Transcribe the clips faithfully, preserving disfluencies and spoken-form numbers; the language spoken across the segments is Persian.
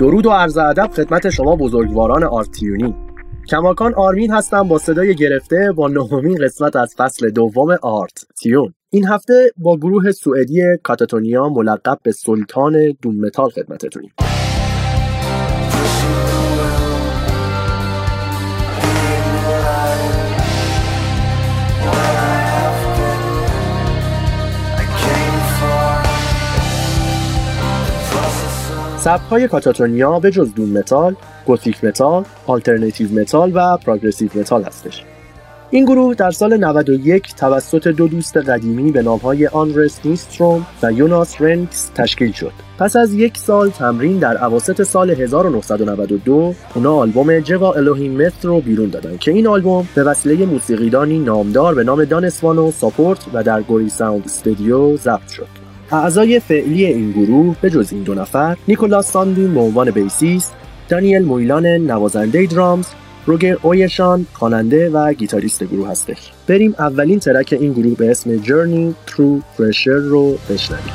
درود و عرض ادب خدمت شما بزرگواران آرتیونی. کماکان آرمین هستم با صدای گرفته با نهمین قسمت از فصل دوم آرت تیون. این هفته با گروه سوئدی کاتاتونیا ملقب به سلطان دوم متال خدمتتونیم. سبک‌های کاتاتونیا به جز دوم متال، گوتیک متال، آلترناتیو متال و پروگرسیو متال هستش. این گروه در سال نود و یک توسط دو دوست قدیمی به نام‌های آندرس نیستروم و یوناس رنکس تشکیل شد. پس از یک سال تمرین در اواسط سال هزار و نهصد و نود و دو اونا آلبوم جوا الوهیم مت رو بیرون دادن که این آلبوم به وسیله موسیقیدانی نامدار به نام دان اسوانو ساپورت و در گوری ساوند استودیو ضبط شد. اعضای فعلی این گروه به جز این دو نفر، نیکولاس ساندین به عنوان بیسیست، دانیل مویلان نوازنده درامز، روگر اویشان خواننده و گیتاریست گروه هستش. بریم اولین ترک این گروه به اسم Journey Through Pressure رو بشنویم.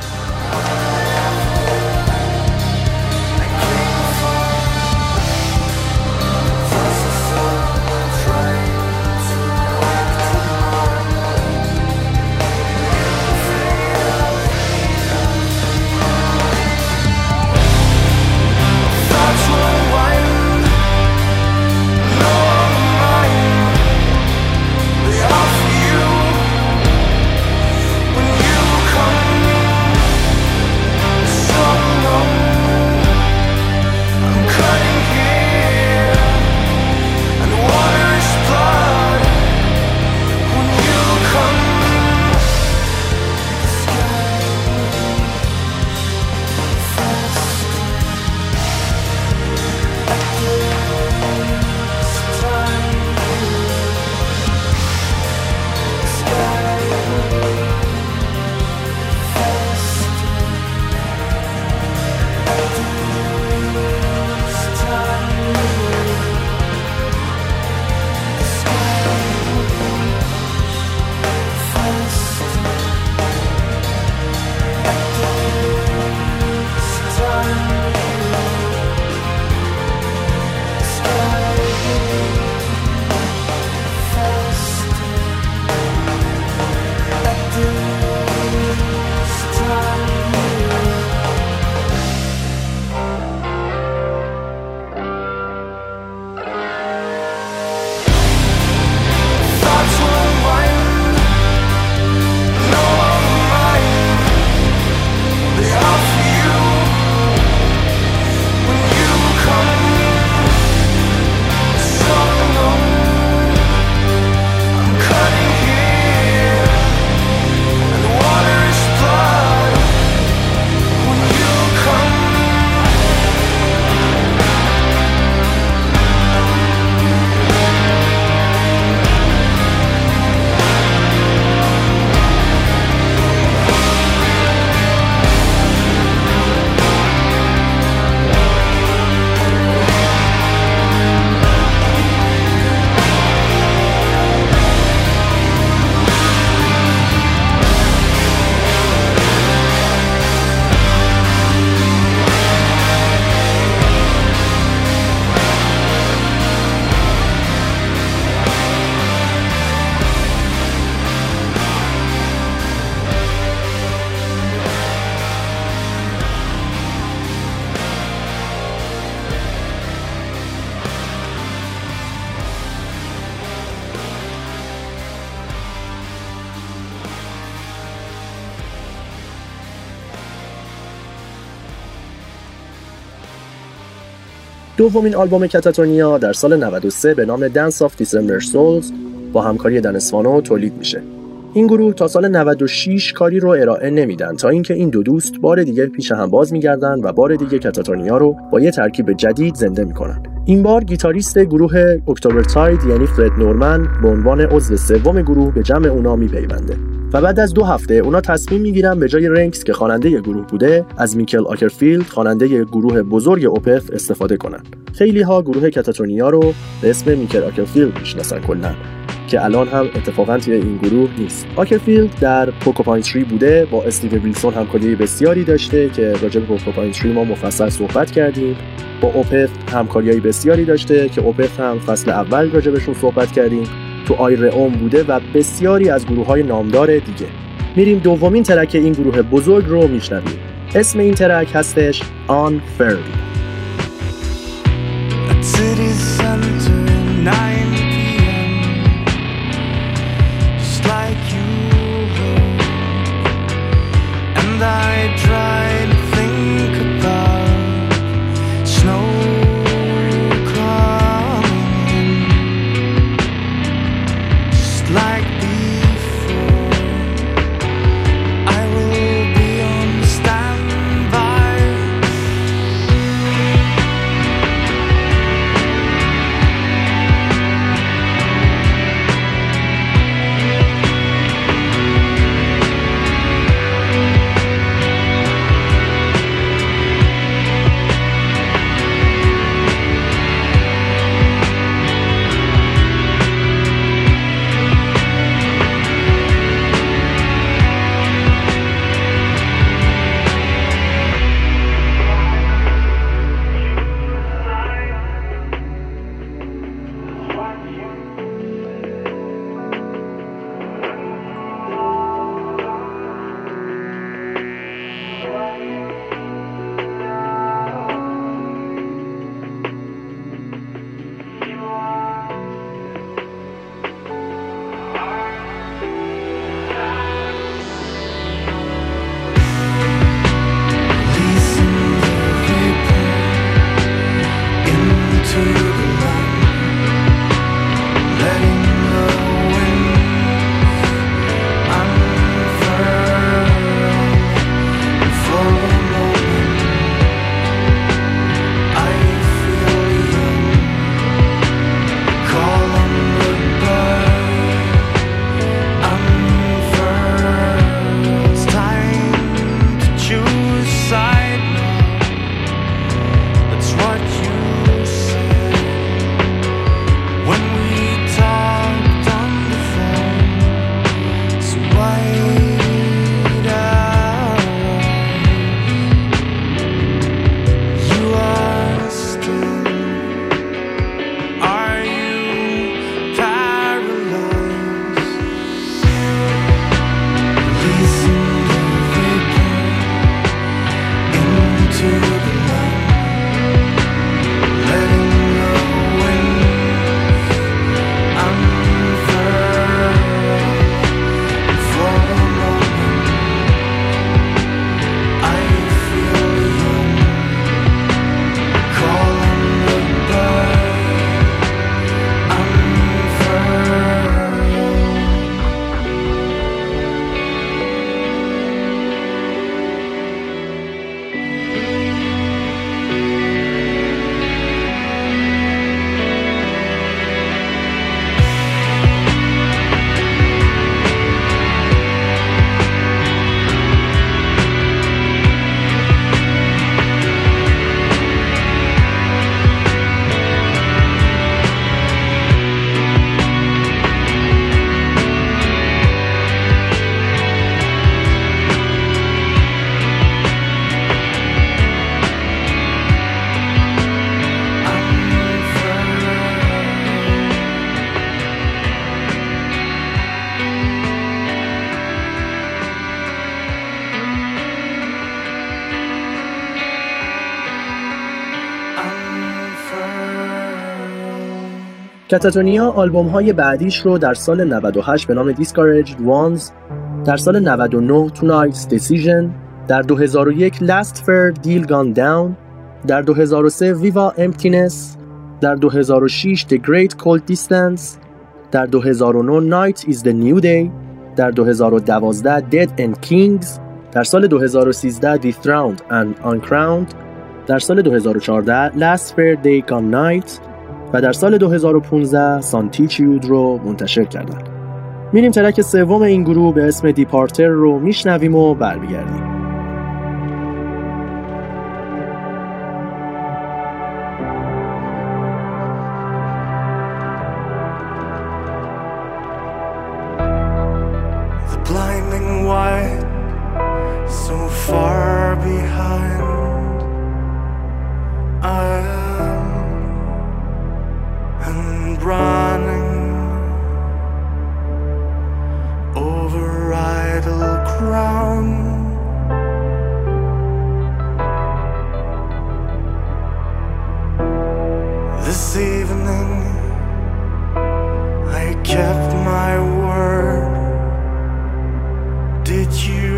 دومین آلبوم کاتاتونیا در سال نود و سه به نام Dance of December Souls با همکاری دان اسوانو تولید میشه. این گروه تا سال نود و شش کاری رو ارائه نمیدن تا اینکه این دو دوست بار دیگه پیش هم باز میگردن و بار دیگه کاتاتونیا رو با یه ترکیب جدید زنده میکنن. این بار گیتاریست گروه اکتبر تاید یعنی فرد نورمن به عنوان عضو سوم گروه به جمع اونا میپیونده و بعد از دو هفته اونا تصمیم میگیرن به جای رنکس که خواننده گروه بوده از میکل آکرفیلد خواننده گروه بزرگ اوپف استفاده کنن. خیلی ها گروه کاتاتونیا رو به اسم میکل آکرفیلد میشناسن کلا. که الان هم اتفاقا توی این گروه نیست. آکرفیلد در پورکوپاین تری بوده، با استیو ویلسون همکاری بسیاری داشته که راجع به پورکوپاین تری ما مفصل صحبت کردیم. با اوپث همکاریای بسیاری داشته که اوپث هم فصل اول راجع بهشون صحبت کردیم. تو آیرئوم بوده و بسیاری از گروه‌های نامدار دیگه. میریم دومین ترک این گروه بزرگ رو میشنویم. اسم این ترک هستش Unfairly. کاتاتونیا آلبوم‌های بعدیش رو در سال نود و هشت به نام Discouraged Ones، در سال نود و نه Tonight's Decision، در دو هزار و یک Last Fair Deal Gone Down، در دو هزار و سه Viva Emptiness، در دو هزار و شش The Great Cold Distance، در دو هزار و نه Night is the New Day، در دو هزار و دوازده Dead and Kings، در سال دو هزار و سیزده Dethroned and Uncrowned، در سال دو هزار و چهارده Last Fair Day Gone Night و در سال دو هزار و پانزده Solitude رو منتشر کردن. میریم ترک سوم این گروه به اسم Departer رو میشنویم و برمیگردیم. blinding white, so far behind. I am and running over idle ground. This evening I kept my word. Did you?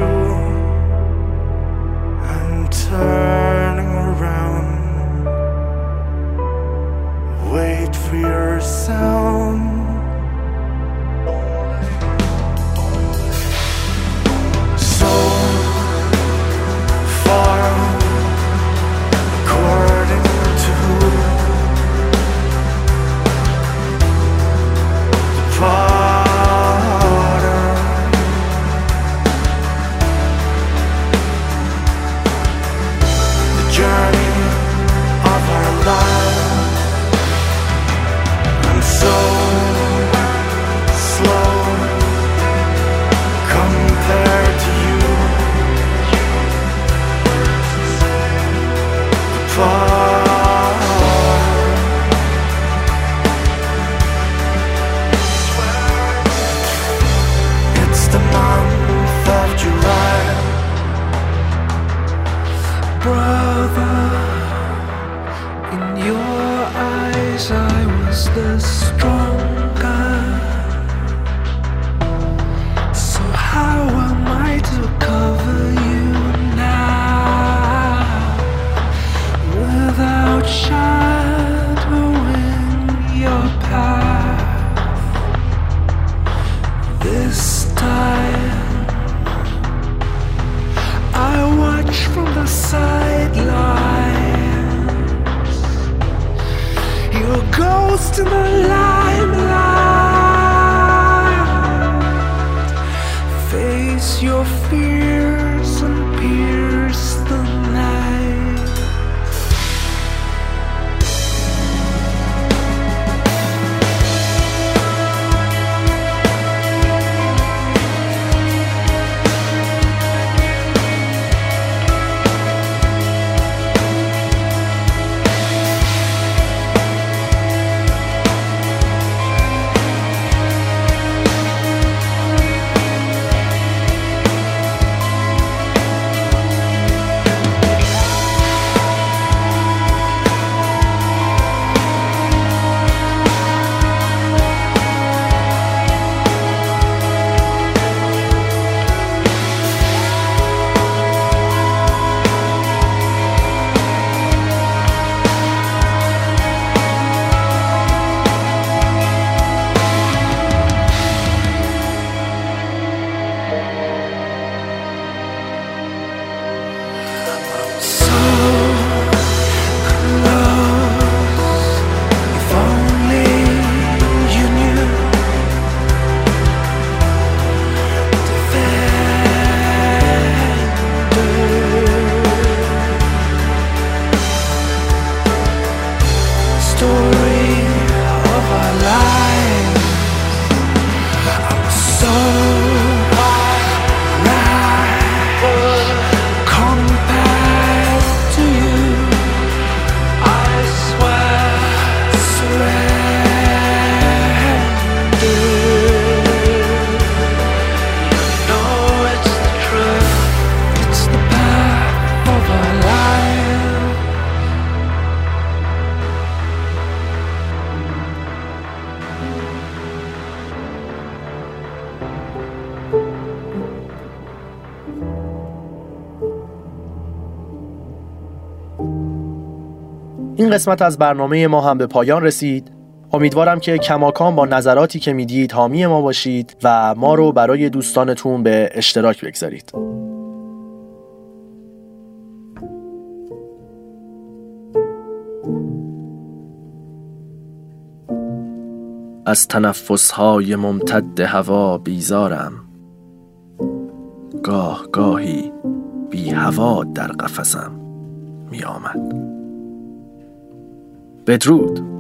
I'm turning around. Wait for your sound. So far, according to the potter, the journey of our lives. I'm so slow compared to you. The potter, it's the month of July. Brother, in your eyes I was the stronger. So how am I to cover you now without shadowing your path? This time I watch from the sidelines, your ghost in the limelight. Face your fears and pierce the night. این قسمت از برنامه ما هم به پایان رسید. امیدوارم که کماکان با نظراتی که میدید حامی ما باشید و ما رو برای دوستانتون به اشتراک بگذارید. از تنفس‌های ممتد هوا بیزارم، گاه گاهی بی هوا در قفسم می آمد. بدرود.